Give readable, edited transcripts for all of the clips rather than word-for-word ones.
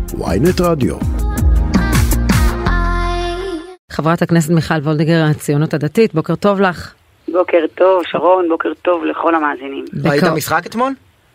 ynet רדיו. חברת הכנסת מיכל וולדיגר, הציונות הדתית, בוקר טוב לך. בוקר טוב, שרון, בוקר טוב לכל המאזינים. ראית המשחק אתמול?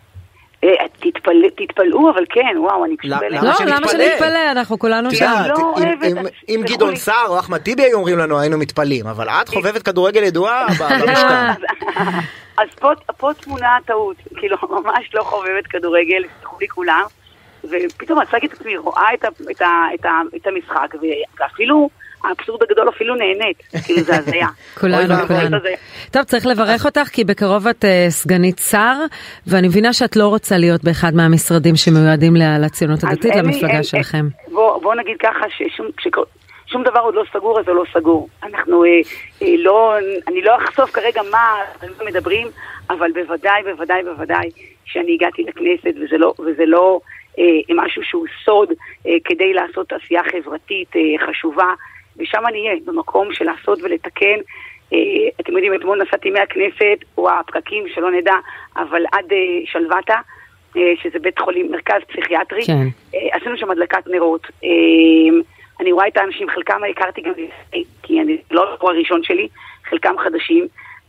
תתפלאו, אבל כן, וואו, אני פשוט... למה שנתפלא? אנחנו כולנו שם. אם גדעון סער או אחמד טיבי היו אומרים לנו, היינו מתפלאים, אבל את חובבת כדורגל ידועה במשכן. אז פה תמונה טעות, כאילו, ממש לא חובבת כדורגל, סליחו לי כולם, ופתאום מצאתי את עצמי, רואה את המשחק, ואפילו... האבסורד הגדול אפילו נהנית, כאילו זה הזיה. כולנו. טוב, צריך לברך אותך, כי בקרוב את סגנית שר, ואני מבינה שאת לא רוצה להיות באחד מהמשרדים שמיועדים לציונות הדתית, למפלגה שלכם. בוא נגיד ככה, ששום דבר עוד לא סגור, אז זה לא סגור. אני לא אחשוף כרגע מה מדברים, אבל בוודאי שאני הגעתי לכנסת, וזה לא משהו שהוא סוד, כדי לעשות עשייה חברתית חשובה, ושם אני אהיה, במקום של לעשות ולתקן. אתם יודעים, אתמול נסעתי מהכנסת, או הפקקים שלא נדע, אבל עד שלוותה, שזה בית חולים, מרכז פסיכיאטרי, כן. עשינו שם הדלקת נרות. אני רואה את האנשים, חלקם הכרתי גם, כי אני לא הראשון שלי, חלקם חדשים,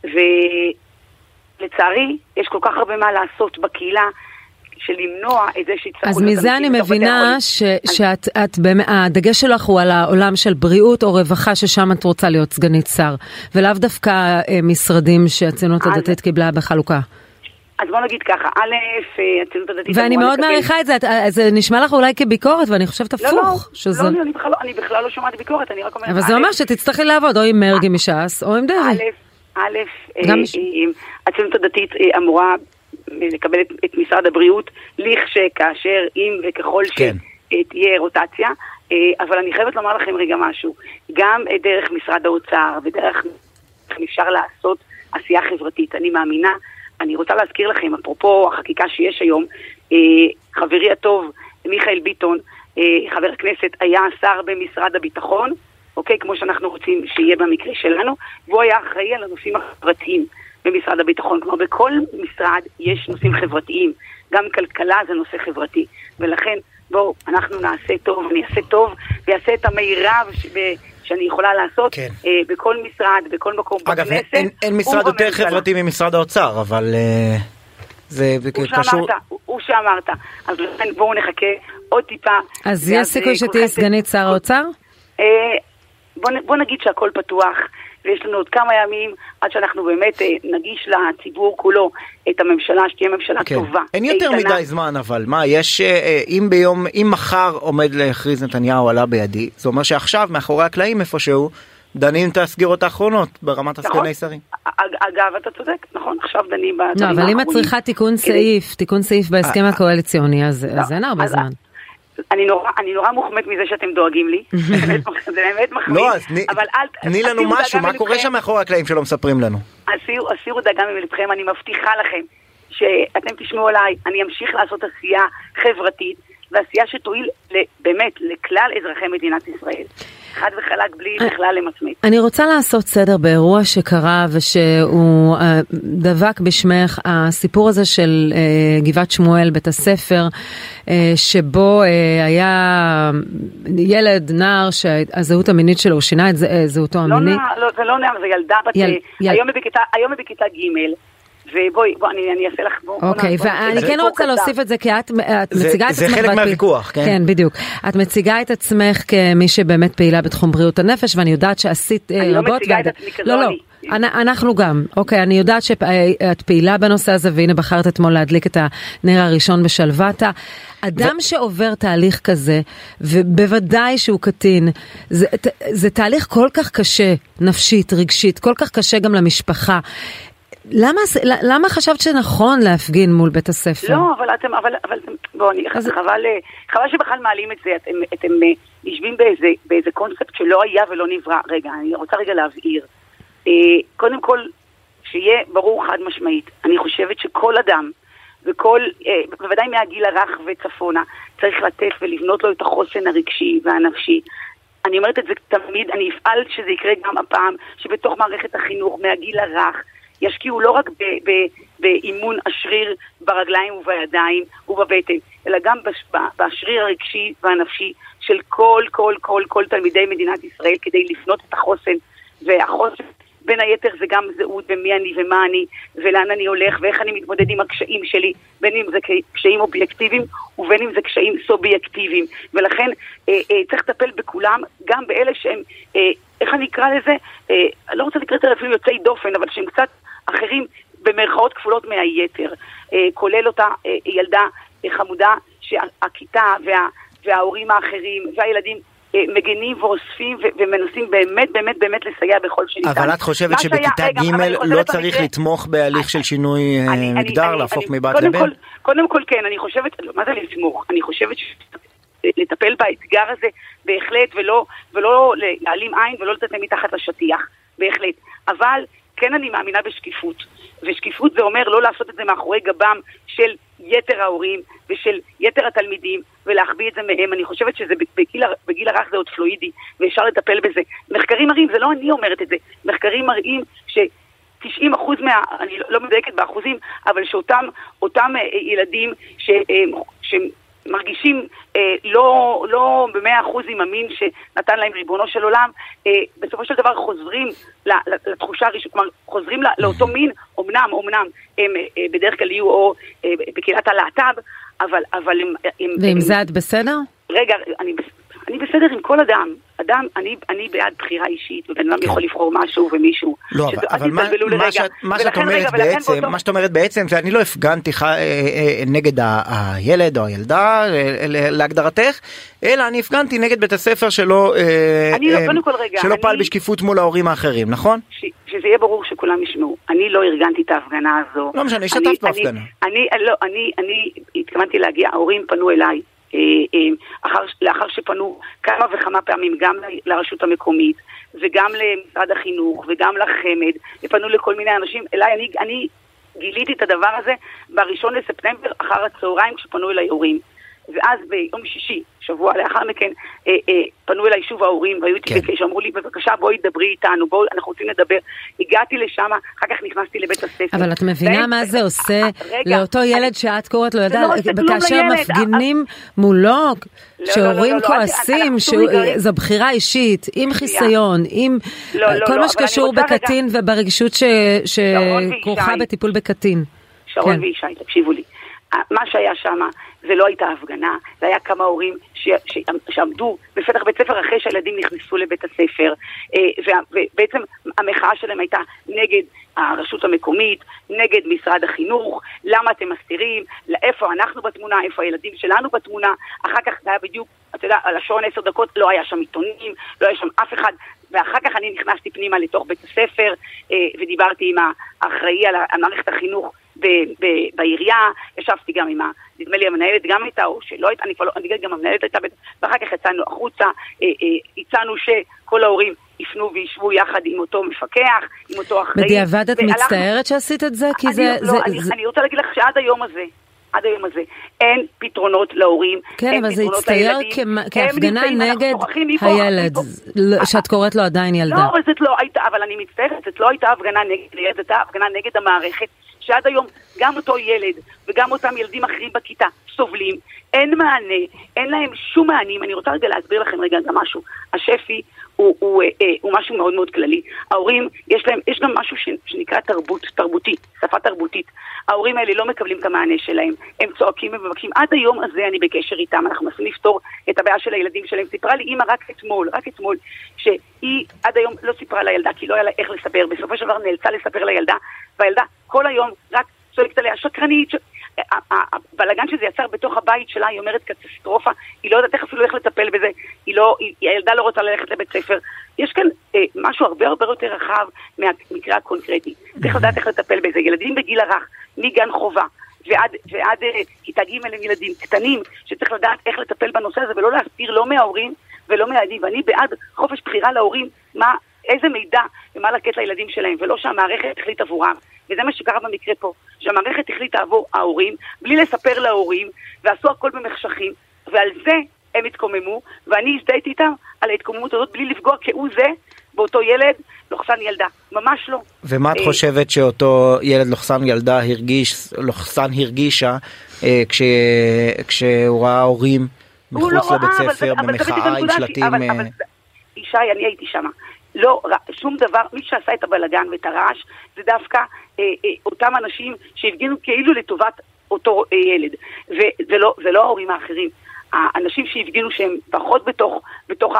ולצערי, יש כל כך הרבה מה לעשות בקהילה, של למנוע את זה שיצטרכו... אז מזה אני מבינה שהדגש שלך הוא על העולם של בריאות או רווחה, ששם את רוצה להיות סגנית שר, ולאו דווקא משרדים שהציונות הדתית קיבלה בחלוקה. אז בוא נגיד ככה, הציונות הדתית... ואני מאוד מעריכה את זה, זה נשמע לך אולי כביקורת, ואני חושבת הפוך. לא, אני בכלל לא שומעת ביקורת, אני רק אומרת... אבל זה אומר שתצטרכי לעבוד, או עם מרגי מש"ס, או עם דרעי. הציונות הדתית אמורה... לקבל את משרד הבריאות, כאשר אם וככל שתהיה רוטציה, אבל אני חייבת לומר לכם רגע משהו, גם דרך משרד האוצר ודרך אפשר לעשות עשייה חברתית, אני מאמינה, אני רוצה להזכיר לכם, אפרופו החקיקה שיש היום, חברי הטוב מיכאל ביטון, חבר הכנסת, היה שר במשרד הביטחון, אוקיי, כמו שאנחנו רוצים שיהיה במקרה שלנו, והוא היה אחראי על הנושאים החברתיים במשרד הביטחון. כלומר, בכל משרד יש נושאים חברתיים, גם כלכלה זה נושא חברתי, ולכן בואו, אנחנו נעשה טוב, אני אעשה טוב, ויעשה את המהירב שאני יכולה לעשות בכל משרד, בכל מקום בכנסת. אגב, אין משרד יותר חברתי ממשרד האוצר, אבל זה קשור... הוא שאמרת, אז לכן בואו נחכה עוד טיפה. אז יש סיכוי שתהיה סגנית שר האוצר? בוא נגיד שהכל פתוח, ויש לנו עוד כמה ימים עד שאנחנו באמת נגיש לציבור כולו את הממשלה, שתהיה ממשלה טובה. אין יותר מדי זמן, אבל מה, יש, אם מחר עומד להכריז נתניהו עלה בידי, זה אומר שעכשיו, מאחורי הקלעים איפשהו, דנים את הסגירות האחרונות ברמת הסגני שרים. אגב, אתה צודק, נכון, עכשיו דנים לא, אבל אם את צריכה תיקון סעיף בהסכם הקואליציוני, אז אין הרבה זמן. אני נורא מוחמאת מזה שאתם דואגים לי, זה באמת מחמיא. לא, אז תני לנו משהו, מה קורה שם מאחורי הקלעים שלא מספרים לנו? הסירו דאגה מלבכם, אני מבטיחה לכם שאתם תשמעו עליי, אני אמשיך לעשות עשייה חברתית, ועשייה שתועיל באמת לכלל אזרחי מדינת ישראל. חד וחלק בלי בכלל למצמץ. אני רוצה לעשות סדר באירוע שקרה ושהוא דבק בשמך, הסיפור הזה של גבעת שמואל, בית הספר, שבו היה ילד, נער, שהזהות המינית שלו, הוא שינה את זהותו המינית. לא, זה לא נער, זה ילדה בת... היום היא בכיתה ג' ובואי, אני אעשה לך... אוקיי, ואני כן רוצה להוסיף את זה, כי את מציגה את עצמך... זה חלק מהוויכוח, כן? כן, בדיוק. את מציגה את עצמך כמי שבאמת פעילה בתחום בריאות הנפש, ואני יודעת שעשית רבות... אני לא מציגה את עצמי כזו אני. אנחנו גם. אוקיי, אני יודעת שאת פעילה בנושא הזה, והנה בחרת אתמול להדליק את הנר הראשון בשלוותה. אדם שעובר תהליך כזה, ובוודאי שהוא קטין, זה תהליך כל כך קשה, נפשית, רגשית, כל כך קשה גם למשפחה. למה חשבת שנכון להפגין מול בית הספר? לא, אבל בואו, חבל שבכלל מעלים את זה, אתם יושבים באיזה קונספט שלא היה ולא נברא. רגע, אני רוצה רגע להבהיר. קודם כל, שיהיה ברור חד משמעית. אני חושבת שכל אדם, בוודאי מהגיל הרך וצפונה, צריך לתת ולבנות לו את החוסן הרגשי והנפשי. אני אומרת את זה תמיד, אני אפעל שזה יקרה גם הפעם, שבתוך מערכת החינוך, מהגיל הרך, ישקיעו לא רק באימון השריר ברגליים ובידיים ובבטן, אלא גם בשריר הרגשי והנפשי של כל תלמידי מדינת ישראל, כדי לפנות את החוסן. והחוסן בין היתר זה גם זהות ומי אני ומה אני ולאן אני הולך ואיך אני מתמודד עם הקשיים שלי, בין אם זה קשיים אובייקטיביים ובין אם זה קשיים סובייקטיביים. ולכן צריך לטפל בכולם, גם באלה שהם, איך אני אקרא לזה, אני לא רוצה לקרוא את זה אפילו יוצאי דופן, אבל שהם קצת אחרים במרכאות כפולות מהיתר, כולל אותה ילדה חמודה שהכיתה וההורים האחרים והילדים מגנים ואוספים ומנסים באמת לסייע בכל שניתן. אבל את חושבת שבכיתה ג' לא צריך לתמוך בהליך של שינוי מגדר, להפוך מבת לבן? קודם כל כן, אני חושבת, מה זה לתמוך? אני חושבת לטפל באתגר הזה בהחלט, ולא להעלים עין ולא לתת מתחת לשטיח, בהחלט. אבל כן אני מאמינה בשקיפות, ושקיפות זה אומר לא לעשות את זה מאחורי גבם של יתר ההורים ושל יתר התלמידים ולהחביא את זה מהם. אני חושבת שזה בגיל הרך זה עוד פלואידי ואפשר לטפל בזה. מחקרים מראים, זה לא אני אומרת את זה, מחקרים מראים ש90% אני לא מדייקת באחוזים, אבל שאותם ילדים שמרגישים לא ב100% עם המין שנתן להם ריבונו של עולם, בסופו של דבר חוזרים לתחושה הראשונה, כלומר חוזרים לאותו מין, אמנם הם בדרך כלל יהיו או בקהילת הלהט"ב, אבל ועם זה את בסדר? רגע, אני בסדר עם כל אדם. אני בעד בחירה אישית, ובן אדם יכול לבחור משהו ומישהו. לא, אבל מה שאת אומרת בעצם, זה אני לא הפגנתי נגד הילד או הילדה, להגדרתך, אלא אני הפגנתי נגד בית הספר שלא פעל בשקיפות מול ההורים האחרים, נכון? שזה יהיה ברור שכולם ישמעו. אני לא ארגנתי את ההפגנה הזו. לא משנה, השתתפת בהפגנה. אני התכוונתי להגיע, ההורים פנו אליי, לאחר שפנו כמה וכמה פעמים גם לרשות המקומית וגם למשרד החינוך וגם לחמד, ופנו לכל מיני אנשים אליי. אני גיליתי את הדבר הזה ב1 לספטמבר אחר הצהריים כשפנו אליי הורים, ואז ביום שישי, שבוע לאחר מכן, פנו אליי שוב ההורים והיו איתי בקשר, אמרו לי בבקשה בואי דברי איתנו, אנחנו רוצים לדבר. הגעתי לשם, אחר כך נכנסתי לבית הספר. אבל את מבינה מה זה עושה לאותו ילד שאת קוראת לו כאשר מפגינים מולו, שהורים כועסים, זו בחירה אישית, עם חיסיון, עם כל מה שקשור בקטין וברגישות שכרוכה בטיפול בקטין. שרון וישי, תקשיבו לי. מה שהיה שם זה לא הייתה הפגנה, זה היה כמה הורים שעמדו בפתח בית ספר אחרי שהילדים נכנסו לבית הספר, ובעצם המחאה שלהם הייתה נגד הרשות המקומית, נגד משרד החינוך, למה אתם מסתירים, איפה אנחנו בתמונה, איפה הילדים שלנו בתמונה. אחר כך זה היה בדיוק, אתה יודע, על השעון 10 דקות לא היה שם עיתונים, לא היה שם אף אחד, ואחר כך אני נכנסתי פנימה לתוך בית הספר, ודיברתי עם האחראי על מערכת החינוך בעירייה, ישבתי גם עם נדמה לי המנהלת גם הייתה, או שלא הייתה, אני אגיד גם המנהלת הייתה, ואחר כך יצאנו החוצה, הצענו שכל ההורים יפנו וישבו יחד עם אותו מפקח, עם אותו אחראי. בדיעבד את מצטערת שעשית את זה? אני רוצה להגיד לך שעד היום הזה, אין פתרונות להורים. כן, אבל זה הצטייר כהפגנה נגד הילד, שאת קוראת לו עדיין ילדה. לא, אבל אני מצטערת, זאת לא הייתה הפגנה נגד הילד, זאת הייתה הפגנה נגד המערכת, שעד היום גם אותו ילד וגם אותם ילדים אחרים בכיתה סובלים, אין מענה, אין להם שום מענים. אני רוצה רגע להסביר לכם רגע גם משהו. השפי הוא משהו מאוד מאוד כללי. ההורים, יש גם משהו שנקרא תרבותי, שפה תרבותית. ההורים האלה לא מקבלים את המענה שלהם, הם צועקים ומבקשים. עד היום הזה אני בקשר איתם, אנחנו מנסים לפתור את הבעיה של הילדים שלהם. סיפרה לי אמא רק אתמול, שהיא עד היום לא סיפרה לילדה, כי לא היה לה איך לספר, בסופו של דבר נאלצה לספר לילדה, והילדה כל היום רק צועקת עליה, שקרנית, הבלגן שזה יצר בתוך הבית שלה, היא אומרת קטסטרופה, היא לא יודעת אפילו איך לטפל בזה, הילדה לא רוצה ללכת לבית ספר. יש כאן משהו הרבה יותר רחב מהמקרה הקונקרטי. צריך לדעת איך לטפל בזה. ילדים בגיל הרך, מגן חובה ועד כיתה ג' הם ילדים קטנים, שצריך לדעת איך לטפל בנושא הזה, ולא להסתיר לא מההורים ולא מהילדים. ואני בעד חופש בחירה להורים, איזה מידע ומה לתת לילדים שלהם, ולא שהמערכת החליט עבורם. וזה מה שקרה במקרה פה, שהמערכת החליטה עבור ההורים, בלי לספר להורים, ועשו הכל במחשכים, ועל זה הם התקוממו, ואני הזדהיתי איתם על ההתקוממות הזאת, בלי לפגוע כאו זה באותו ילד, לוחסן ילדה, ממש לא. ומה את חושבת שאותו ילד לוחסן ילדה הרגישה כשהוא ראה הורים מחוץ לבית ספר במחאה עם שלטים? ישי, אני הייתי שמה. לא, שום דבר, מי שעשה את הבלגן ואת הרעש, זה דווקא אותם אנשים שהפגינו כאילו לטובת אותו ילד. וזה לא ההורים האחרים. האנשים שהפגינו שהם פחות בתוך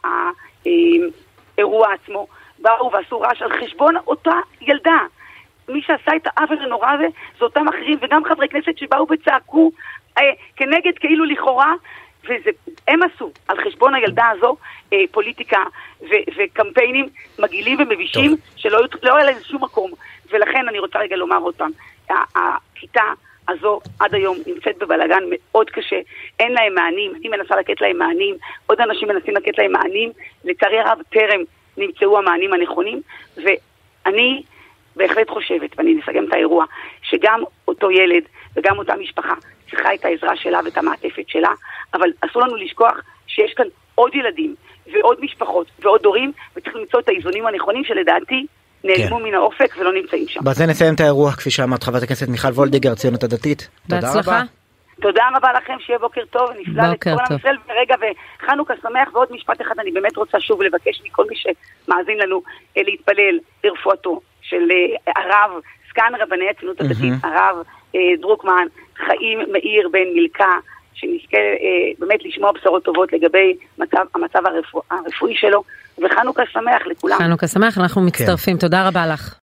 האירוע עצמו, באו ועשו רעש על חשבון אותה ילדה. מי שעשה את העוול הנורא הזה, זה אותם אחרים, וגם חברי כנסת שבאו וצעקו כנגד כאילו לכאורה, והם עשו על חשבון הילדה הזו פוליטיקה וקמפיינים מגעילים ומבישים שלא היה להם שום מקום. ולכן אני רוצה רגע לומר עוד פעם, הכיתה הזו עד היום נמצאת בבלגן מאוד קשה, אין להם מענים, אני מנסה לתת להם מענים, עוד אנשים מנסים לתת להם מענים, לצערי הרב טרם נמצאו המענים הנכונים, ואני בהחלט חושבת, ואני נסגם את האירוע, שגם אותו ילד וגם אותה משפחה צריכה את העזרה שלה ואת המעטפת שלה, אבל אסור לנו לשכוח שיש כאן עוד ילדים ועוד משפחות ועוד דורים, וצריך למצוא את האיזונים הנכונים שלדעתי נעלמו מן האופק ולא נמצאים שם. בזה נסיים את האירוע, כפי שאמרת חברת הכנסת מיכל וולדיגר, ציונות הדתית. תודה רבה. תודה רבה לכם, שיהיה בוקר טוב ונפלא לכל עם ישראל, ורגע וחנוכה שמח. ועוד משפט אחד, אני באמת רוצה שוב לבקש מכל מי שמאזין לנו להתפלל לרפואתו של הרב, סגן רבני הציונות הדתית, הרב דרוקמן, חיים מאיר בן מילכה, שנזכה באמת לשמוע בשורות טובות לגבי המצב הרפואי שלו, וחנוכה שמח לכולם. חנוכה שמח, אנחנו מצטרפים, תודה רבה לך.